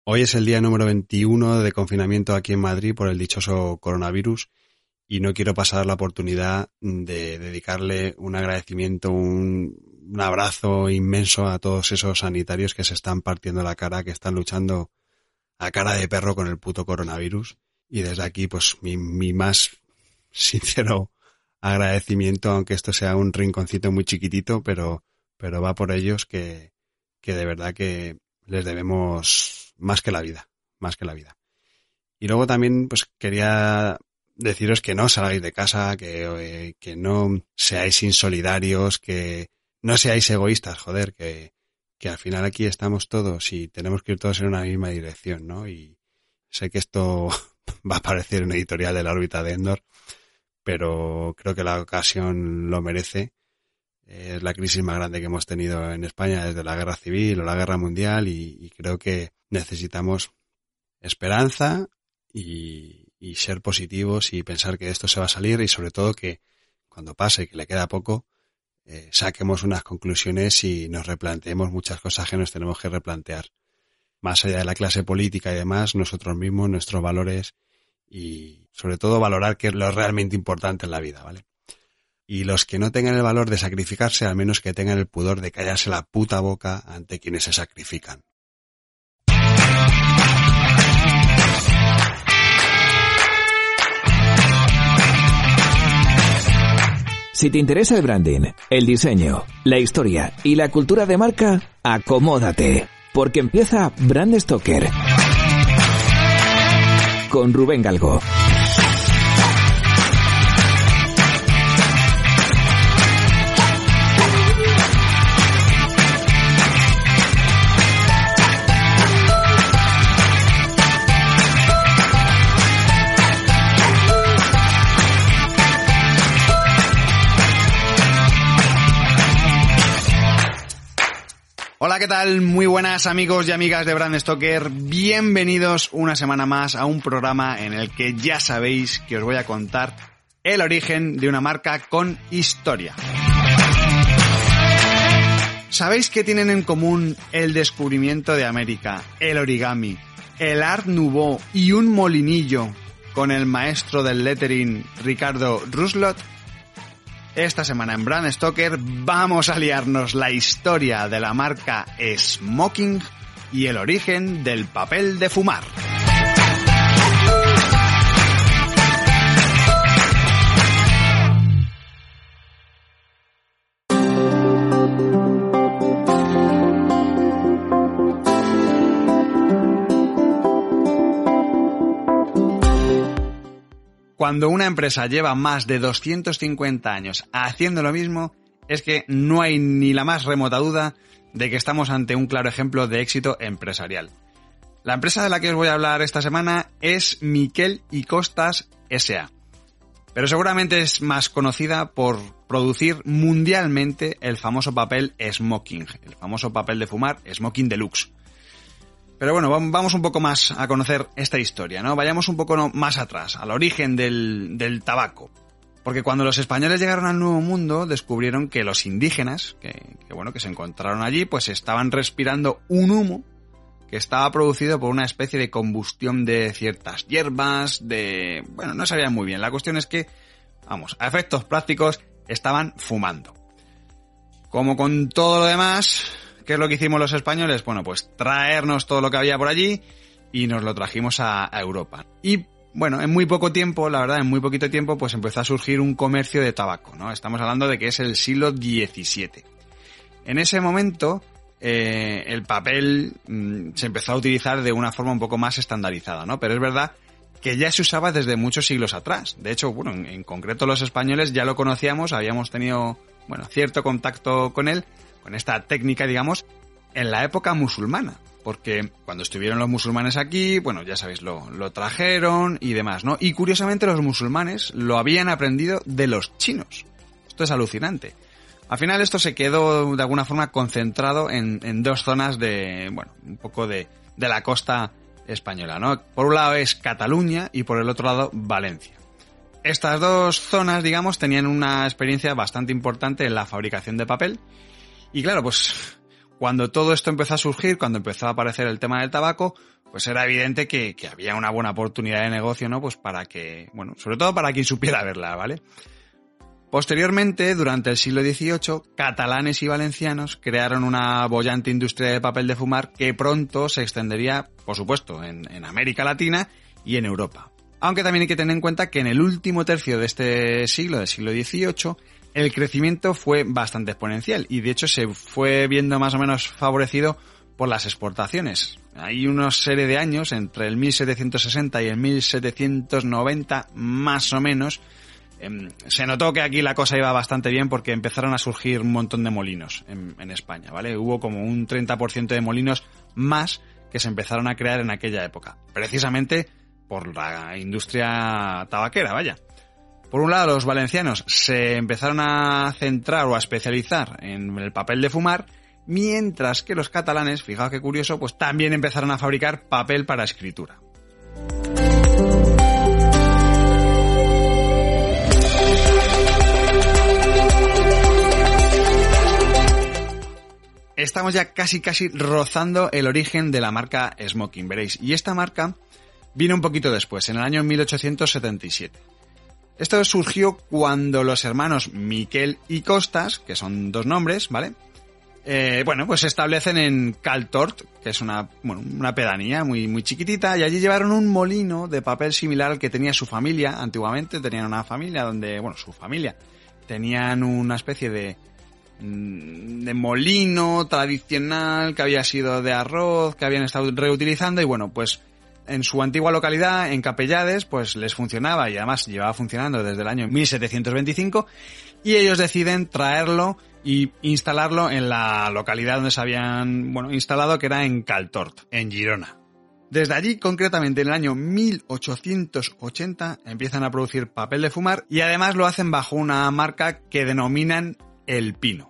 Hoy es el día número 21 de confinamiento aquí en Madrid por el dichoso coronavirus y no quiero pasar la oportunidad de dedicarle un agradecimiento, un abrazo inmenso a todos esos sanitarios que se están partiendo la cara, que están luchando a cara de perro con el puto coronavirus. Y desde aquí, pues mi más sincero agradecimiento, aunque esto sea un rinconcito muy chiquitito, pero va por ellos que de verdad que les debemos más que la vida. Y luego también pues quería deciros que no salgáis de casa, que no seáis insolidarios, que no seáis egoístas, joder, que al final aquí estamos todos y tenemos que ir todos en una misma dirección, ¿no? Y sé que esto va a parecer un editorial de la órbita de Endor, pero creo que la ocasión lo merece. Es la crisis más grande que hemos tenido en España desde la guerra civil o la guerra mundial y creo que necesitamos esperanza y ser positivos y pensar que esto se va a salir y sobre todo que cuando pase, que le queda poco, saquemos unas conclusiones y nos replanteemos muchas cosas que nos tenemos que replantear. Más allá de la clase política y demás, nosotros mismos, nuestros valores y sobre todo valorar qué es lo realmente importante en la vida, ¿vale? Y los que no tengan el valor de sacrificarse, al menos que tengan el pudor de callarse la puta boca ante quienes se sacrifican. Si te interesa el branding, el diseño, la historia y la cultura de marca, acomódate, porque empieza Brand Stoker con Rubén Galgo. Hola, ¿qué tal? Muy buenas amigos y amigas de Brand Stoker. Bienvenidos una semana más a un programa en el que ya sabéis que os voy a contar el origen de una marca con historia. ¿Sabéis qué tienen en común el descubrimiento de América, el origami, el Art Nouveau y un molinillo con el maestro del lettering Ricardo Ruslot? Esta semana en Brand Stoker vamos a liarnos la historia de la marca Smoking y el origen del papel de fumar. Cuando una empresa lleva más de 250 años haciendo lo mismo, es que no hay ni la más remota duda de que estamos ante un claro ejemplo de éxito empresarial. La empresa de la que os voy a hablar esta semana es Miquel i Costas S.A., pero seguramente es más conocida por producir mundialmente el famoso papel Smoking, el famoso papel de fumar Smoking Deluxe. Pero bueno, vamos un poco más a conocer esta historia, ¿no? Vayamos un poco más atrás, al origen del tabaco. Porque cuando los españoles llegaron al Nuevo Mundo, descubrieron que los indígenas, que se encontraron allí, pues estaban respirando un humo que estaba producido por una especie de combustión de ciertas hierbas, bueno, no sabían muy bien. La cuestión es que, vamos, a efectos prácticos, estaban fumando. Como con todo lo demás, ¿qué es lo que hicimos los españoles? Bueno, pues traernos todo lo que había por allí y nos lo trajimos a Europa. Y bueno, en muy poco tiempo, la verdad, en muy poquito tiempo, pues empezó a surgir un comercio de tabaco, ¿no? Estamos hablando de que es el siglo XVII. En ese momento, el papel se empezó a utilizar de una forma un poco más estandarizada, ¿no? Pero es verdad que ya se usaba desde muchos siglos atrás. De hecho, bueno, en concreto los españoles ya lo conocíamos, habíamos tenido, bueno, cierto contacto con él, con esta técnica, digamos, en la época musulmana. Porque cuando estuvieron los musulmanes aquí, bueno, ya sabéis, lo trajeron y demás, ¿no? Y curiosamente los musulmanes lo habían aprendido de los chinos. Esto es alucinante. Al final esto se quedó de alguna forma concentrado en dos zonas de, bueno, un poco de la costa española, ¿no? Por un lado es Cataluña y por el otro lado Valencia. Estas dos zonas, digamos, tenían una experiencia bastante importante en la fabricación de papel. Y claro, pues cuando todo esto empezó a surgir, cuando empezó a aparecer el tema del tabaco, pues era evidente que había una buena oportunidad de negocio, ¿no? Pues para que, bueno, sobre todo para quien supiera verla, ¿vale? Posteriormente, durante el siglo XVIII, catalanes y valencianos crearon una boyante industria de papel de fumar que pronto se extendería, por supuesto, en América Latina y en Europa. Aunque también hay que tener en cuenta que en el último tercio de este siglo, del siglo XVIII, el crecimiento fue bastante exponencial y de hecho se fue viendo más o menos favorecido por las exportaciones. Hay una serie de años, entre el 1760 y el 1790, más o menos, se notó que aquí la cosa iba bastante bien porque empezaron a surgir un montón de molinos en España, ¿vale? Hubo como un 30% de molinos más que se empezaron a crear en aquella época, precisamente por la industria tabaquera, vaya. Por un lado, los valencianos se empezaron a centrar o a especializar en el papel de fumar, mientras que los catalanes, fijaos qué curioso, pues también empezaron a fabricar papel para escritura. Estamos ya casi rozando el origen de la marca Smoking, veréis. Y esta marca vino un poquito después, en el año 1877. Esto surgió cuando los hermanos Miquel y Costas, que son dos nombres, ¿vale? Pues se establecen en Caltort, que es una pedanía muy chiquitita, y allí llevaron un molino de papel similar al que tenía su familia antiguamente. Tenían una familia donde, su familia, tenían una especie de molino tradicional que había sido de arroz, que habían estado reutilizando y en su antigua localidad, en Capellades, pues les funcionaba y además llevaba funcionando desde el año 1725 y ellos deciden traerlo y instalarlo en la localidad donde se habían instalado, que era en Caltort, en Girona. Desde allí, concretamente en el año 1880, empiezan a producir papel de fumar y además lo hacen bajo una marca que denominan El Pino.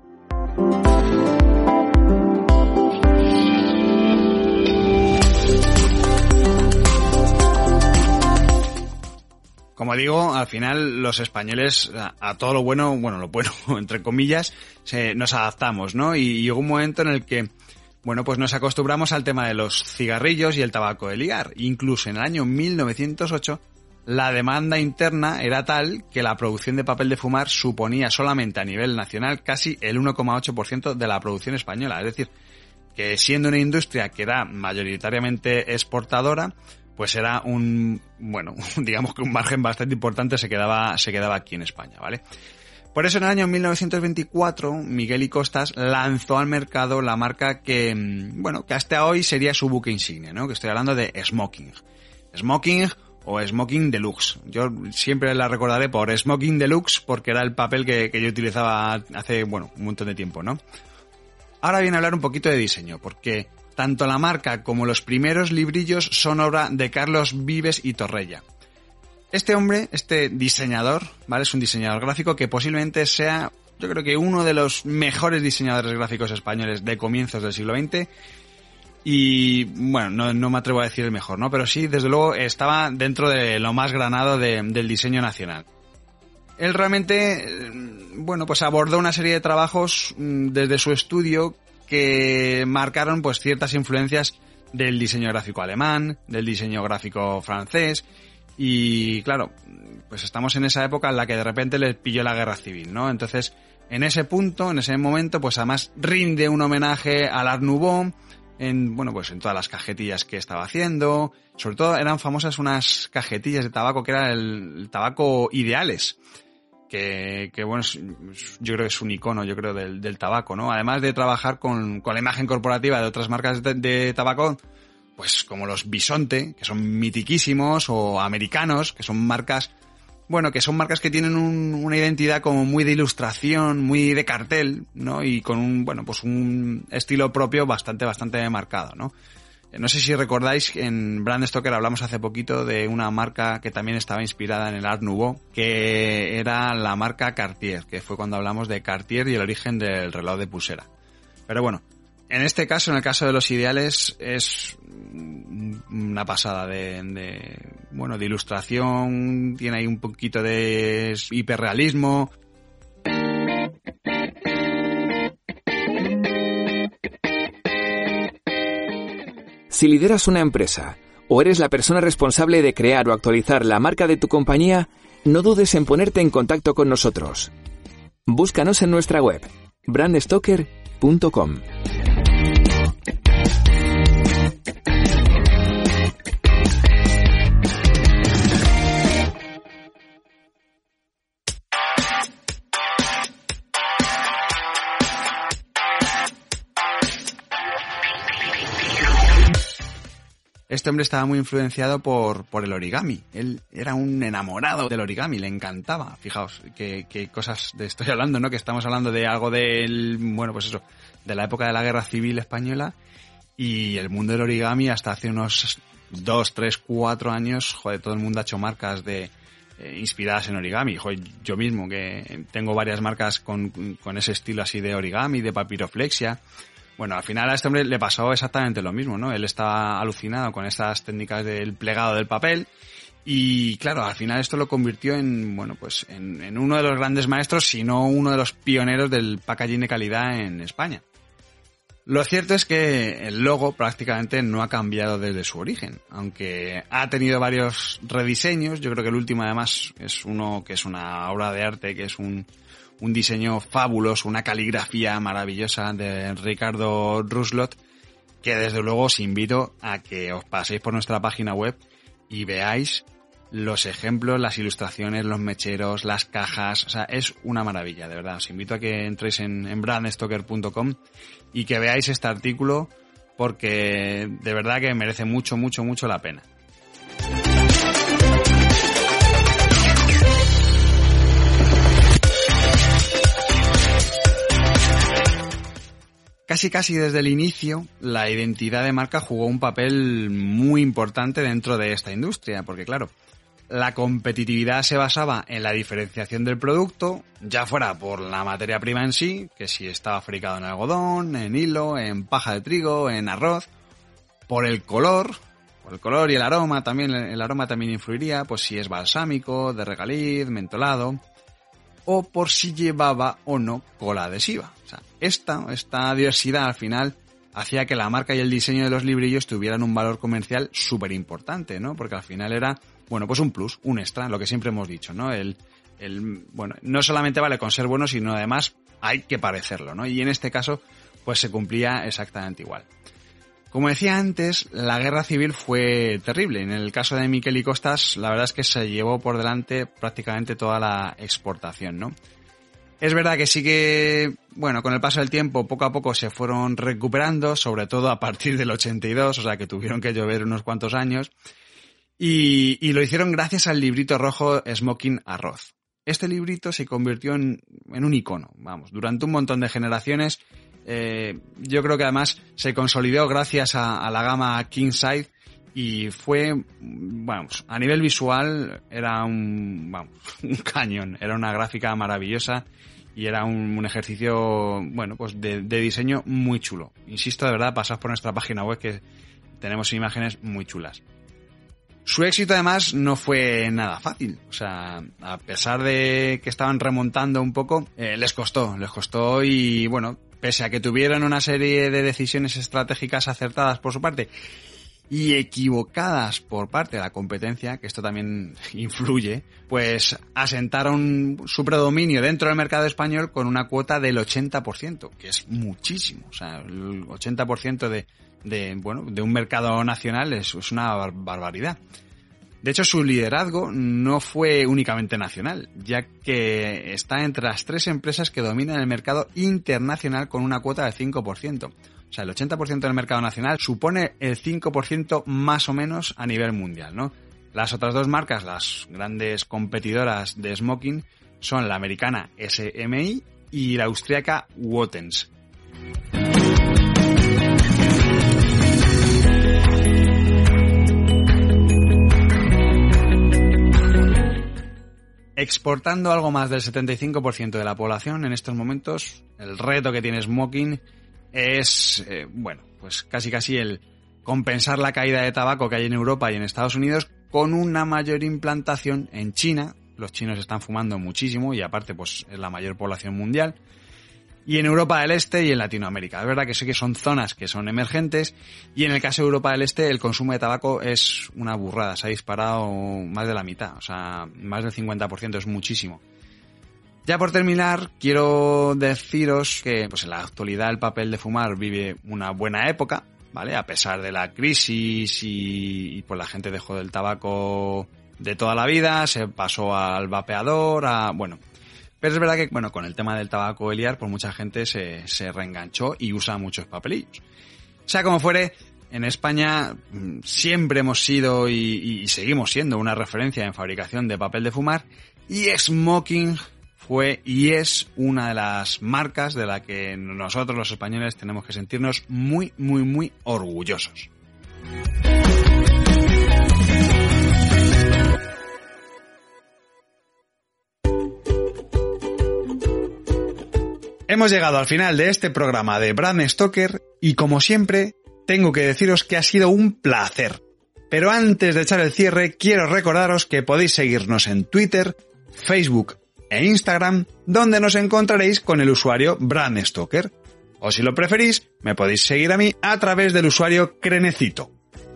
Como digo, al final los españoles a todo lo bueno, lo bueno entre comillas, nos adaptamos, ¿no? Y llegó un momento en el que, nos acostumbramos al tema de los cigarrillos y el tabaco de ligar. Incluso en el año 1908, la demanda interna era tal que la producción de papel de fumar suponía solamente a nivel nacional casi el 1,8% de la producción española. Es decir, que siendo una industria que era mayoritariamente exportadora, pues era digamos que un margen bastante importante se quedaba aquí en España, ¿vale? Por eso en el año 1924 Miguel y Costas lanzó al mercado la marca que hasta hoy sería su buque insignia, ¿no? Que estoy hablando de Smoking. Smoking o Smoking Deluxe. Yo siempre la recordaré por Smoking Deluxe porque era el papel que yo utilizaba hace, un montón de tiempo, ¿no? Ahora viene a hablar un poquito de diseño, porque tanto la marca como los primeros librillos son obra de Carlos Vives y Torrella. Este hombre, este diseñador, ¿vale? Es un diseñador gráfico que posiblemente sea, yo creo que uno de los mejores diseñadores gráficos españoles de comienzos del siglo XX. Y, no me atrevo a decir el mejor, ¿no? Pero sí, desde luego, estaba dentro de lo más granado del diseño nacional. Él realmente, abordó una serie de trabajos desde su estudio que marcaron ciertas influencias del diseño gráfico alemán, del diseño gráfico francés y claro, estamos en esa época en la que de repente les pilló la guerra civil, ¿no? Entonces, en ese momento, además rinde un homenaje al Art Nouveau en todas las cajetillas que estaba haciendo. Sobre todo eran famosas unas cajetillas de tabaco que era el tabaco Ideales. Que yo creo que es un icono, del tabaco, ¿no? Además de trabajar con la imagen corporativa de otras marcas de tabaco, como los Bisonte, que son mitiquísimos, o americanos, que son marcas, que tienen una identidad como muy de ilustración, muy de cartel, ¿no? Y con un estilo propio bastante marcado, ¿no? No sé si recordáis, en Brand Stoker hablamos hace poquito de una marca que también estaba inspirada en el Art Nouveau, que era la marca Cartier, que fue cuando hablamos de Cartier y el origen del reloj de pulsera. Pero en este caso, en el caso de los Ideales, es una pasada de ilustración, tiene ahí un poquito de hiperrealismo. Si lideras una empresa o eres la persona responsable de crear o actualizar la marca de tu compañía, no dudes en ponerte en contacto con nosotros. Búscanos en nuestra web, brandstalker.com. Este hombre estaba muy influenciado por el origami. Él era un enamorado del origami, le encantaba. Fijaos qué cosas de estoy hablando, ¿no? Que estamos hablando de algo de la época de la Guerra Civil Española, y el mundo del origami hasta hace unos 2, 3, 4 años, joder, todo el mundo ha hecho marcas inspiradas en origami. Joder, yo mismo, que tengo varias marcas con ese estilo así de origami, de papiroflexia. Bueno, al final a este hombre le pasó exactamente lo mismo, ¿no? Él estaba alucinado con estas técnicas del plegado del papel y, claro, al final esto lo convirtió en uno de los grandes maestros, si no uno de los pioneros del packaging de calidad en España. Lo cierto es que el logo prácticamente no ha cambiado desde su origen, aunque ha tenido varios rediseños. Yo creo que el último además es uno que es una obra de arte, que es un diseño fabuloso, una caligrafía maravillosa de Ricardo Ruslot, que desde luego os invito a que os paséis por nuestra página web y veáis los ejemplos, las ilustraciones, los mecheros, las cajas. O sea, es una maravilla, de verdad. Os invito a que entréis en brandstalker.com y que veáis este artículo, porque de verdad que merece mucho, mucho, mucho la pena. Casi desde el inicio, la identidad de marca jugó un papel muy importante dentro de esta industria, porque claro, la competitividad se basaba en la diferenciación del producto, ya fuera por la materia prima en sí, que si estaba fabricado en algodón, en hilo, en paja de trigo, en arroz, por el color y el aroma también. El aroma también influiría, pues si es balsámico, de regaliz, mentolado, o por si llevaba o no cola adhesiva. O sea, esta diversidad al final hacía que la marca y el diseño de los librillos tuvieran un valor comercial súper importante, ¿no? Porque al final era, pues un plus, un extra, lo que siempre hemos dicho, ¿no? No solamente vale con ser bueno, sino además hay que parecerlo, ¿no? Y en este caso, pues se cumplía exactamente igual. Como decía antes, la guerra civil fue terrible. En el caso de Miquel y Costas, la verdad es que se llevó por delante prácticamente toda la exportación, ¿no? Es verdad que sí que, con el paso del tiempo, poco a poco se fueron recuperando, sobre todo a partir del 82, o sea que tuvieron que llover unos cuantos años, y lo hicieron gracias al librito rojo Smoking Arroz. Este librito se convirtió en un icono, durante un montón de generaciones. Yo creo que además se consolidó gracias a la gama Kingside y fue, a nivel visual era un cañón, era una gráfica maravillosa y era un ejercicio, de diseño muy chulo. Insisto, de verdad, pasad por nuestra página web que tenemos imágenes muy chulas. Su éxito además no fue nada fácil, o sea, a pesar de que estaban remontando un poco, les costó y pese a que tuvieron una serie de decisiones estratégicas acertadas por su parte y equivocadas por parte de la competencia, que esto también influye, pues asentaron su predominio dentro del mercado español con una cuota del 80%, que es muchísimo. O sea, el 80% de un mercado nacional es una barbaridad. De hecho, su liderazgo no fue únicamente nacional, ya que está entre las 3 empresas que dominan el mercado internacional con una cuota del 5%. O sea, el 80% del mercado nacional supone el 5% más o menos a nivel mundial, ¿no? Las otras 2 marcas, las grandes competidoras de Smoking, son la americana SMI y la austríaca Wottens. Exportando algo más del 75% de la población en estos momentos, el reto que tiene Smoking es, pues casi el compensar la caída de tabaco que hay en Europa y en Estados Unidos con una mayor implantación en China. Los chinos están fumando muchísimo y aparte pues es la mayor población mundial. y en Europa del Este y en Latinoamérica. Es verdad que sé que son zonas que son emergentes y en el caso de Europa del Este el consumo de tabaco es una burrada, se ha disparado más de la mitad, o sea, más del 50%, es muchísimo. Ya por terminar, quiero deciros que pues en la actualidad el papel de fumar vive una buena época, ¿vale? A pesar de la crisis y pues la gente dejó del tabaco de toda la vida, se pasó al vapeador, bueno. Pero es verdad que, bueno, con el tema del tabaco Eliar, pues mucha gente se reenganchó y usa muchos papelillos. Sea como fuere, en España siempre hemos sido y seguimos siendo una referencia en fabricación de papel de fumar, y Smoking fue y es una de las marcas de la que nosotros los españoles tenemos que sentirnos muy, muy, muy orgullosos. Hemos llegado al final de este programa de Bram Stoker y como siempre tengo que deciros que ha sido un placer. Pero antes de echar el cierre quiero recordaros que podéis seguirnos en Twitter, Facebook e Instagram, donde nos encontraréis con el usuario Bram Stoker. O si lo preferís, me podéis seguir a mí a través del usuario Crenecito.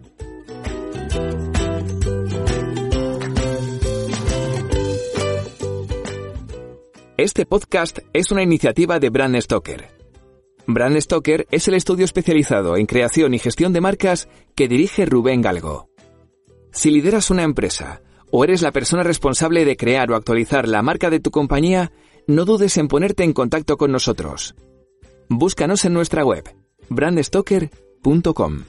Este podcast es una iniciativa de Bram Stoker. Bram Stoker es el estudio especializado en creación y gestión de marcas que dirige Rubén Galgo. Si lideras una empresa o eres la persona responsable de crear o actualizar la marca de tu compañía, no dudes en ponerte en contacto con nosotros. Búscanos en nuestra web, bramstoker.com.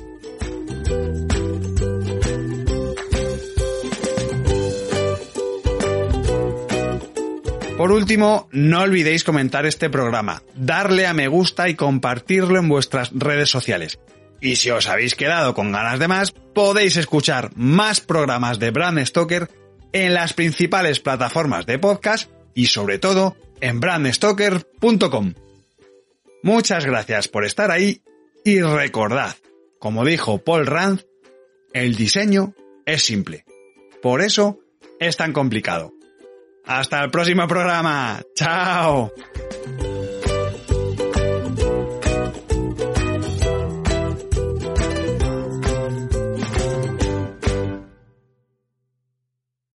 Por último, no olvidéis comentar este programa, darle a me gusta y compartirlo en vuestras redes sociales. Y si os habéis quedado con ganas de más, podéis escuchar más programas de Bram Stoker en las principales plataformas de podcast y sobre todo en bramstoker.com. Muchas gracias por estar ahí y recordad, como dijo Paul Rand, el diseño es simple. Por eso es tan complicado. ¡Hasta el próximo programa! ¡Chao!